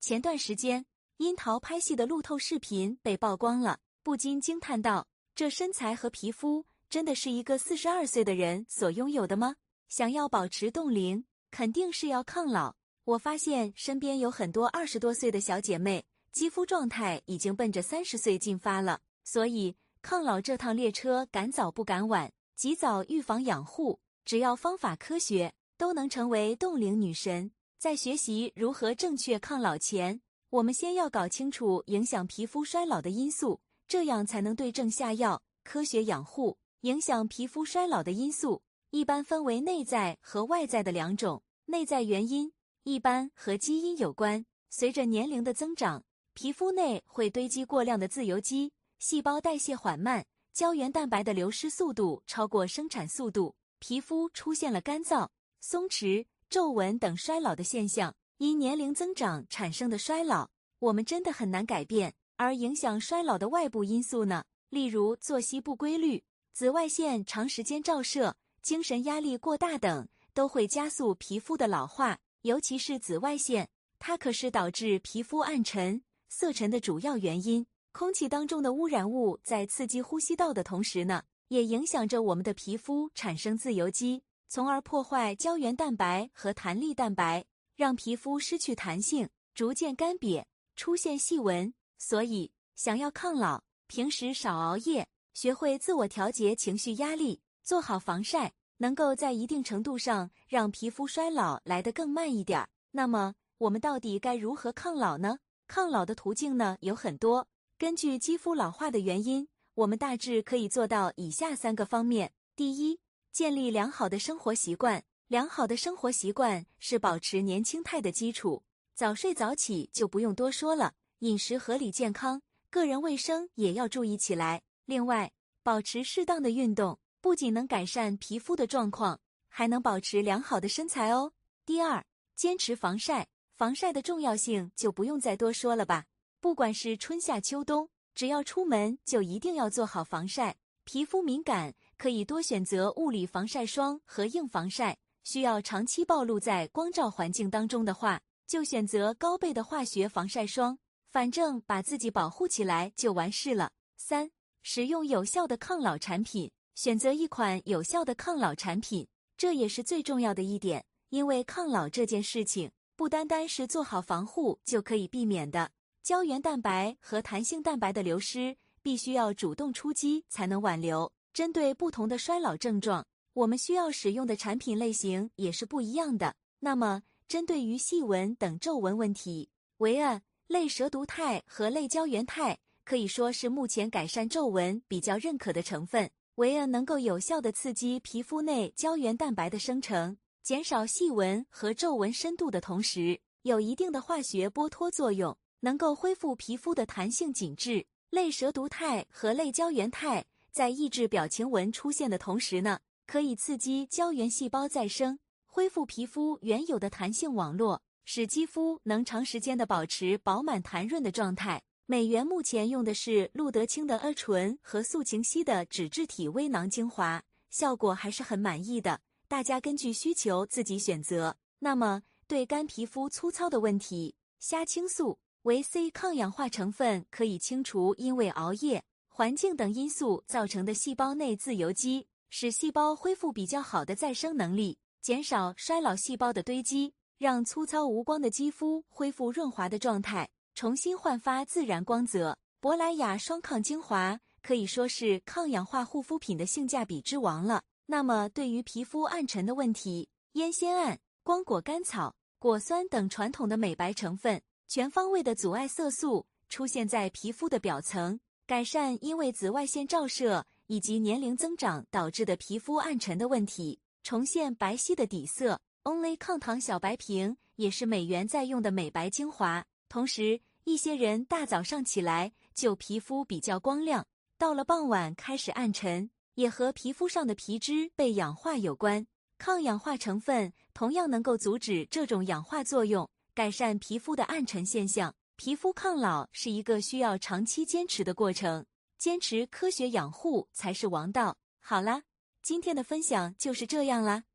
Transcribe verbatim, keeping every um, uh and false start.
前段时间，樱桃拍戏的路透视频被曝光了，不禁惊叹道：这身材和皮肤真的是一个四十二岁的人所拥有的吗？想要保持冻龄，肯定是要抗老。我发现身边有很多二十多岁的小姐妹，肌肤状态已经奔着三十岁进发了，所以抗老这趟列车赶早不赶晚，及早预防养护，只要方法科学，都能成为冻龄女神。在学习如何正确抗老前，我们先要搞清楚影响皮肤衰老的因素，这样才能对症下药，科学养护。影响皮肤衰老的因素一般分为内在和外在的两种。内在原因一般和基因有关，随着年龄的增长，皮肤内会堆积过量的自由基，细胞代谢缓慢，胶原蛋白的流失速度超过生产速度，皮肤出现了干燥、松弛、皱纹等衰老的现象。因年龄增长产生的衰老，我们真的很难改变。而影响衰老的外部因素呢，例如作息不规律、紫外线长时间照射、精神压力过大等，都会加速皮肤的老化。尤其是紫外线，它可是导致皮肤暗沉、色沉的主要原因。空气当中的污染物在刺激呼吸道的同时呢，也影响着我们的皮肤产生自由基，从而破坏胶原蛋白和弹力蛋白，让皮肤失去弹性，逐渐干瘪，出现细纹。所以，想要抗老，平时少熬夜，学会自我调节情绪压力，做好防晒，能够在一定程度上让皮肤衰老来得更慢一点。那么，我们到底该如何抗老呢？抗老的途径呢，有很多。根据肌肤老化的原因，我们大致可以做到以下三个方面。第一，建立良好的生活习惯。良好的生活习惯是保持年轻态的基础。早睡早起就不用多说了，饮食合理健康，个人卫生也要注意起来。另外，保持适当的运动，不仅能改善皮肤的状况，还能保持良好的身材哦。第二，坚持防晒。防晒的重要性就不用再多说了吧。不管是春夏秋冬，只要出门就一定要做好防晒。皮肤敏感，可以多选择物理防晒霜和硬防晒。需要长期暴露在光照环境当中的话，就选择高倍的化学防晒霜。反正把自己保护起来就完事了。三，使用有效的抗老产品。选择一款有效的抗老产品，这也是最重要的一点，因为抗老这件事情，不单单是做好防护就可以避免的。胶原蛋白和弹性蛋白的流失，必须要主动出击才能挽留。针对不同的衰老症状，我们需要使用的产品类型也是不一样的。那么，针对于细纹等皱纹问题，维恩、类蛇毒肽和类胶原肽可以说是目前改善皱纹比较认可的成分。维恩能够有效地刺激皮肤内胶原蛋白的生成，减少细纹和皱纹深度的同时，有一定的化学剥脱作用，能够恢复皮肤的弹性紧致。类蛇毒肽和类胶原肽在抑制表情纹出现的同时呢，可以刺激胶原细胞再生，恢复皮肤原有的弹性网络，使肌肤能长时间的保持饱满弹润的状态。美源目前用的是露得清的阿醇和素晴烯的脂质体微囊精华，效果还是很满意的，大家根据需求自己选择。那么，对干皮肤粗糙的问题，虾青素、维 C 抗氧化成分可以清除因为熬夜、环境等因素造成的细胞内自由基，使细胞恢复比较好的再生能力，减少衰老细胞的堆积，让粗糙无光的肌肤恢复润滑的状态，重新焕发自然光泽。珀莱雅双抗精华可以说是抗氧化护肤品的性价比之王了。那么对于皮肤暗沉的问题，烟酰胺、光果甘草、果酸等传统的美白成分，全方位的阻碍色素出现在皮肤的表层，改善因为紫外线照射以及年龄增长导致的皮肤暗沉的问题，重现白皙的底色。Only 抗糖小白瓶也是美源在用的美白精华，同时一些人大早上起来就皮肤比较光亮，到了傍晚开始暗沉，也和皮肤上的皮脂被氧化有关。抗氧化成分同样能够阻止这种氧化作用，改善皮肤的暗沉现象。皮肤抗老是一个需要长期坚持的过程，坚持科学养护才是王道。好啦，今天的分享就是这样啦。